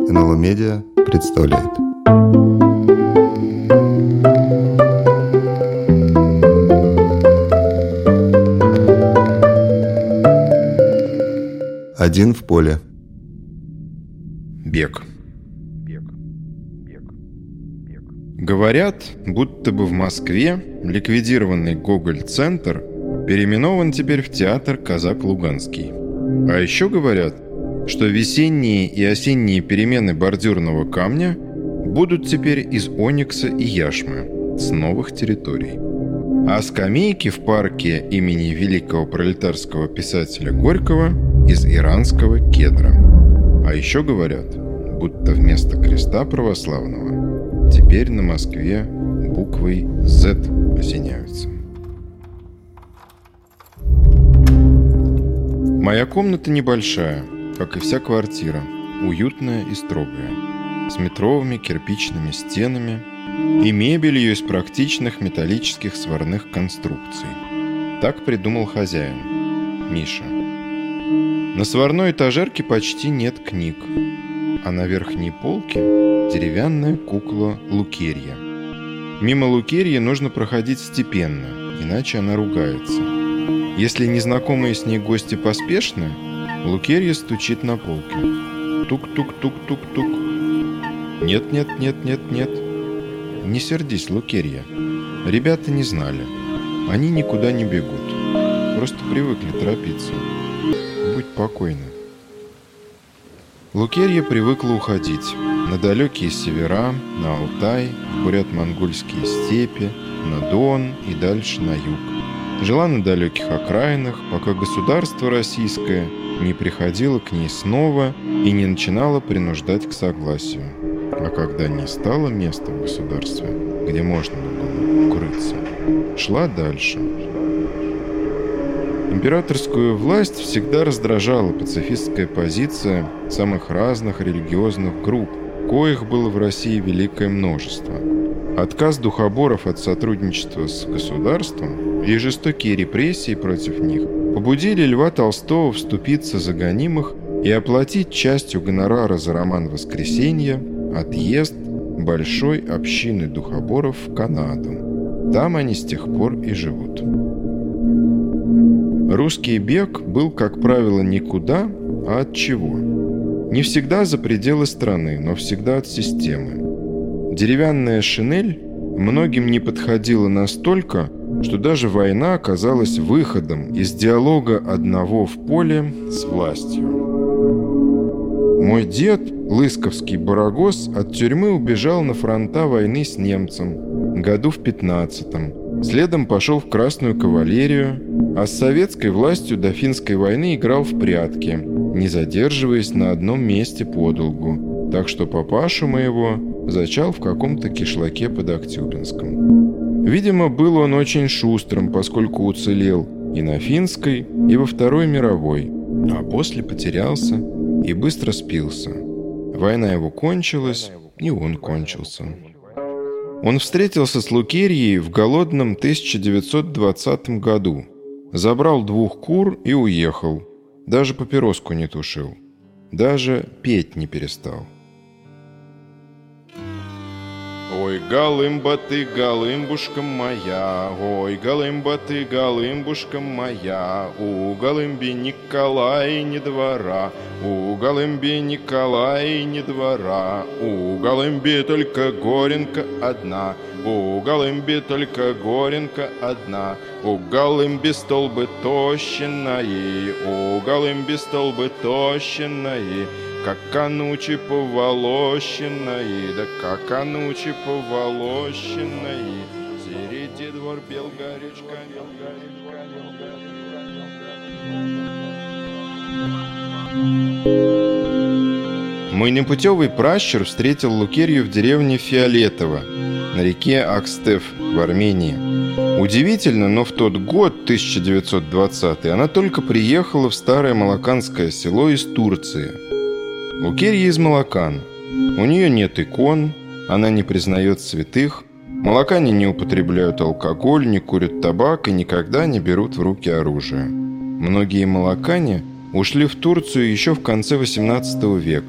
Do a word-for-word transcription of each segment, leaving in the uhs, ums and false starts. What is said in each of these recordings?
эн эл о Media представляет. Один в поле. Бег. Говорят, будто бы в Москве ликвидированный Гоголь-центр переименован теперь в театр «Казак Луганский». А еще говорят, что весенние и осенние перемены бордюрного камня будут теперь из оникса и яшмы, с новых территорий. А скамейки в парке имени великого пролетарского писателя Горького из иранского кедра. А еще говорят, будто вместо креста православного теперь на Москве буквой «З» осеняются. Моя комната небольшая, как и вся квартира, уютная и строгая, с метровыми кирпичными стенами и мебелью из практичных металлических сварных конструкций. Так придумал хозяин, Миша. На сварной этажерке почти нет книг, а на верхней полке деревянная кукла Лукерья. Мимо Лукерьи нужно проходить степенно, иначе она ругается. Если незнакомые с ней гости поспешны, Лукерья стучит на полке. Тук-тук-тук-тук-тук. Нет-нет-нет-нет-нет. Не сердись, Лукерья. Ребята не знали. Они никуда не бегут. Просто привыкли торопиться. Будь покойна. Лукерья привыкла уходить на далекие севера, на Алтай, в бурят-монгольские степи, на Дон и дальше на юг. Жила на далеких окраинах, пока государство российское не приходило к ней снова и не начинало принуждать к согласию. А когда не стало места в государстве, где можно было укрыться, шла дальше. Императорскую власть всегда раздражала пацифистская позиция самых разных религиозных групп, коих было в России великое множество. Отказ духоборов от сотрудничества с государством и жестокие репрессии против них побудили Льва Толстого вступиться за гонимых и оплатить частью гонорара за роман «Воскресенье» отъезд большой общины духоборов в Канаду. Там они с тех пор и живут. Русский бег был, как правило, никуда, а от чего. Не всегда за пределы страны, но всегда от системы. Деревянная шинель многим не подходила настолько, что даже война оказалась выходом из диалога одного в поле с властью. Мой дед, лысковский барагос, от тюрьмы убежал на фронта войны с немцем году в пятнадцатом. Следом пошел в Красную кавалерию, а с советской властью до финской войны играл в прятки, не задерживаясь на одном месте подолгу. Так что папашу моего зачал в каком-то кишлаке под Актюбинском. Видимо, был он очень шустрым, поскольку уцелел и на финской, и во Второй мировой, а после потерялся и быстро спился. Война его кончилась, и он кончился. Он встретился с Лукерьей в голодном тысяча девятьсот двадцатом году. Забрал двух кур и уехал. Даже папироску не тушил. Даже петь не перестал. Ой, голымба ты, голымбушка моя, ой, голымба ты, голымбушка моя, у голымби Николая не двора, у голымби Николая не двора, у голымби только горенка одна, у голымби только горенка одна, у голымби столбы тощинаи, у голымби столбы тощинаи. Как анучи поволощенной, да как анучи поволощенной, среди двор белгорючка, белгорючка, белгорючка. Мой непутевый пращур встретил Лукерью в деревне Фиолетово на реке Акстеф в Армении. Удивительно, но в тот год, тысяча девятьсот двадцатый, она только приехала в старое молоканское село из Турции. Лукерья из Молокан. У нее нет икон, она не признает святых, молокане не употребляют алкоголь, не курят табак и никогда не берут в руки оружие. Многие молокане ушли в Турцию еще в конце восемнадцатого века,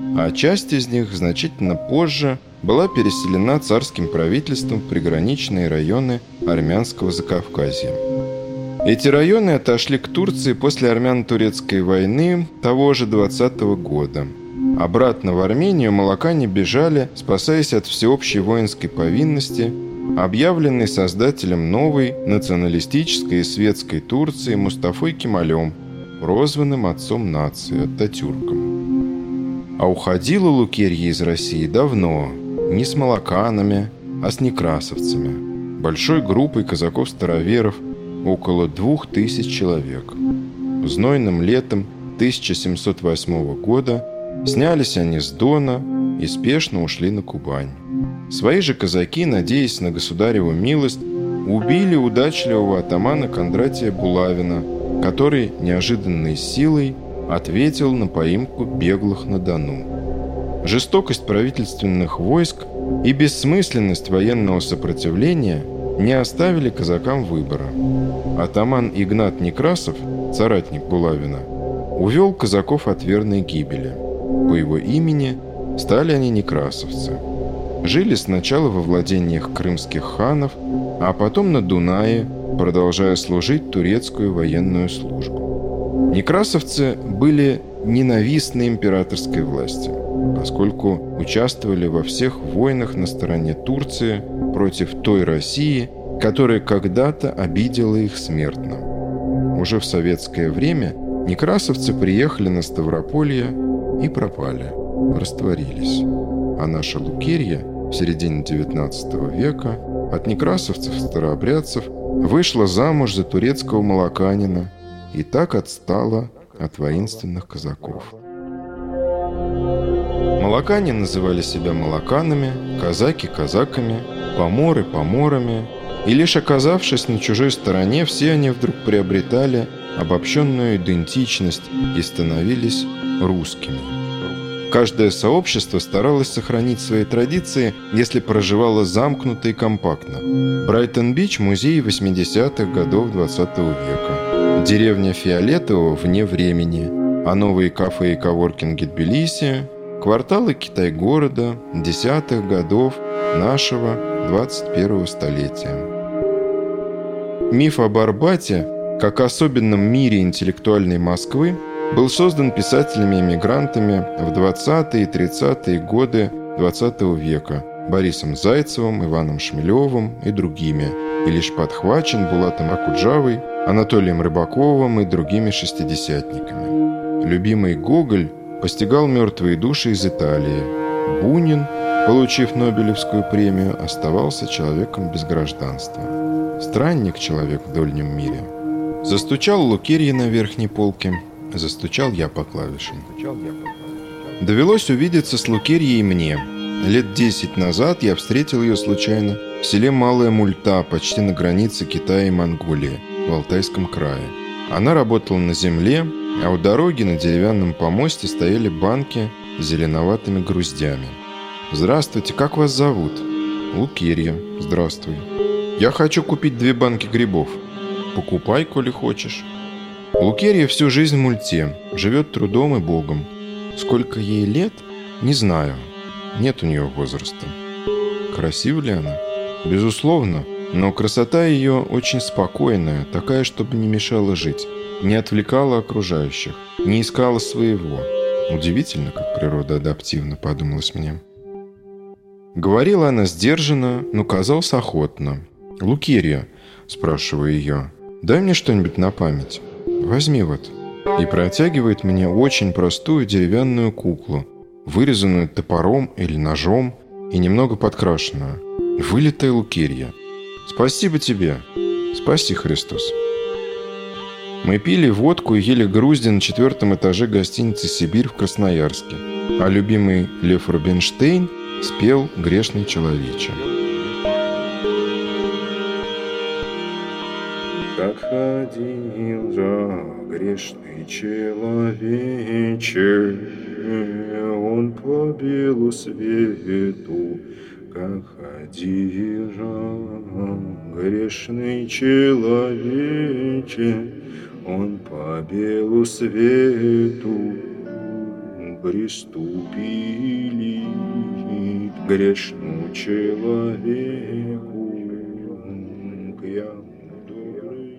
а часть из них значительно позже была переселена царским правительством в приграничные районы армянского Закавказья. Эти районы отошли к Турции после армяно-турецкой войны того же двадцатого года. Обратно в Армению молокане бежали, спасаясь от всеобщей воинской повинности, объявленной создателем новой националистической и светской Турции Мустафой Кемалем, прозванным отцом нации Ататюрком. А уходила Лукерья из России давно, не с молоканами, а с некрасовцами, большой группой казаков-староверов, около двух тысяч человек. Знойным летом тысяча семьсот восьмого года снялись они с Дона и спешно ушли на Кубань. Свои же казаки, надеясь на государеву милость, убили удачливого атамана Кондратия Булавина, который неожиданной силой ответил на поимку беглых на Дону. Жестокость правительственных войск и бессмысленность военного сопротивления не оставили казакам выбора. Атаман Игнат Некрасов, соратник Булавина, увел казаков от верной гибели. По его имени стали они некрасовцы. Жили сначала во владениях крымских ханов, а потом на Дунае, продолжая служить турецкую военную службу. Некрасовцы были ненавистны императорской власти, поскольку участвовали во всех войнах на стороне Турции против той России, которая когда-то обидела их смертно. Уже в советское время некрасовцы приехали на Ставрополье и пропали, растворились. А наша Лукерья в середине девятнадцатого века от некрасовцев-старообрядцев вышла замуж за турецкого молоканина и так отстала от воинственных казаков. Молокане называли себя молоканами, казаки – казаками, поморы – поморами, и лишь оказавшись на чужой стороне, все они вдруг приобретали обобщенную идентичность и становились русскими. Каждое сообщество старалось сохранить свои традиции, если проживало замкнуто и компактно. Брайтон-Бич – музей восьмидесятых годов двадцатого века. Деревня Фиолетово вне времени, а новые кафе и коворкинги Тбилиси – кварталы Китай-города десятых годов нашего двадцать первого столетия. Миф об Арбате, как особенном мире интеллектуальной Москвы, был создан писателями-эмигрантами в двадцатые и тридцатые годы двадцатого века Борисом Зайцевым, Иваном Шмелевым и другими, и лишь подхвачен Булатом Акуджавой, Анатолием Рыбаковым и другими шестидесятниками. Любимый Гоголь постигал мертвые души из Италии. Бунин, получив Нобелевскую премию, оставался человеком без гражданства. Странник человек в дольнем мире. Застучал Лукерья на верхней полке. Застучал я по клавишам. Довелось увидеться с Лукерьей мне. Лет десять назад я встретил ее случайно в селе Малая Мульта, почти на границе Китая и Монголии, в Алтайском крае. Она работала на земле, а у дороги на деревянном помосте стояли банки с зеленоватыми груздями. «Здравствуйте, как вас зовут?» «Лукерья. Здравствуй. Я хочу купить две банки грибов». «Покупай, коли хочешь». Лукерья всю жизнь в Мульте, живет трудом и богом. Сколько ей лет? Не знаю. Нет у нее возраста. Красива ли она? Безусловно, но красота ее очень спокойная, такая, чтобы не мешала жить, не отвлекала окружающих, не искала своего. Удивительно, как природа адаптивна, подумалось мне. Говорила она сдержанно, но казалось охотно. «Лукерья», спрашиваю ее, — «дай мне что-нибудь на память». «Возьми вот». И протягивает мне очень простую деревянную куклу, вырезанную топором или ножом и немного подкрашенную. Вылитая Лукерья. «Спасибо тебе». «Спаси, Христос». Мы пили водку и ели грузди на четвертом этаже гостиницы «Сибирь» в Красноярске, а любимый Лев Рубинштейн спел «Грешный человече». Как ходил же грешный человече, он по белу свету. Как ходил же грешный человече, он по белу свету. приступили к грешному человеку, к яму доброй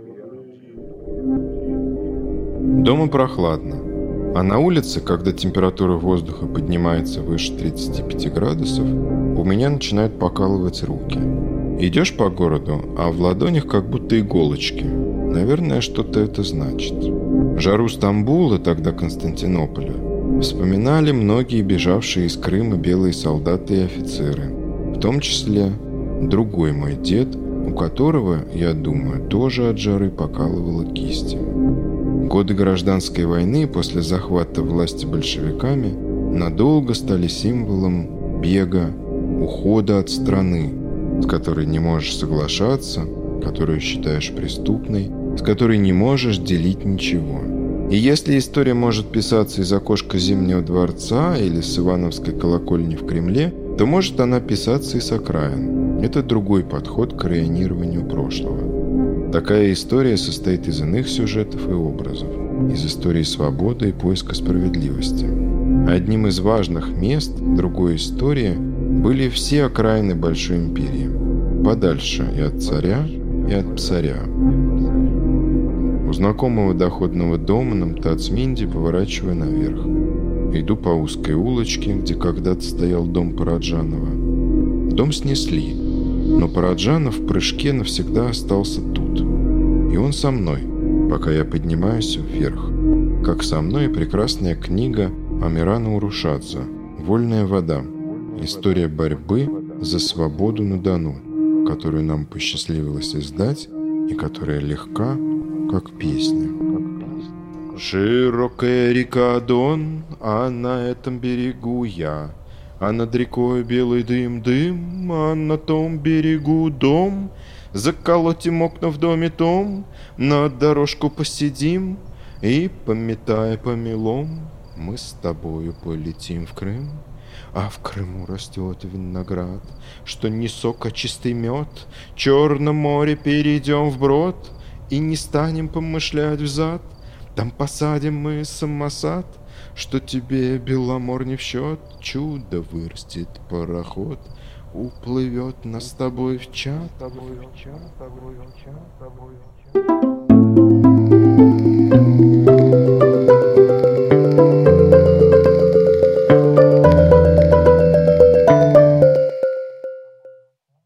любви. Дома прохладно, а на улице, когда температура воздуха поднимается выше тридцати пяти градусов, у меня начинают покалывать руки. Идешь по городу, а в ладонях как будто иголочки. Наверное, что-то это значит. Жару Стамбула, тогда Константинополя, вспоминали многие бежавшие из Крыма белые солдаты и офицеры, в том числе другой мой дед, у которого, я думаю, тоже от жары покалывало кисти. Годы гражданской войны после захвата власти большевиками надолго стали символом бега, ухода от страны, с которой не можешь соглашаться, которую считаешь преступной, с которой не можешь делить ничего. И если история может писаться из окошка Зимнего дворца или с Ивановской колокольни в Кремле, то может она писаться и с окраин. Это другой подход к районированию прошлого. Такая история состоит из иных сюжетов и образов, из истории свободы и поиска справедливости. Одним из важных мест другой истории были все окраины Большой империи, подальше и от царя, и от псаря. У знакомого доходного дома на Мтацминде поворачиваю наверх. Иду по узкой улочке, где когда-то стоял дом Параджанова. Дом снесли, но Параджанов в прыжке навсегда остался тут. И он со мной, пока я поднимаюсь вверх. Как со мной и прекрасная книга Амирана Урушадзе «Вольная вода. История борьбы за свободу на Дону», которую нам посчастливилось издать и которая легка, как песня. Широкая река Дон, а на этом берегу я, а над рекой белый дым-дым, а на том берегу дом. Заколотим окна в доме том, на дорожку посидим и, пометая помелом, мы с тобою полетим в Крым. А в Крыму растет виноград, что не сок, а чистый мед. Черное море перейдем вброд и не станем помышлять взад. Там посадим мы самосад, что тебе Беломор не в счет. Чудо вырастет пароход, уплывет нас с тобой в чат.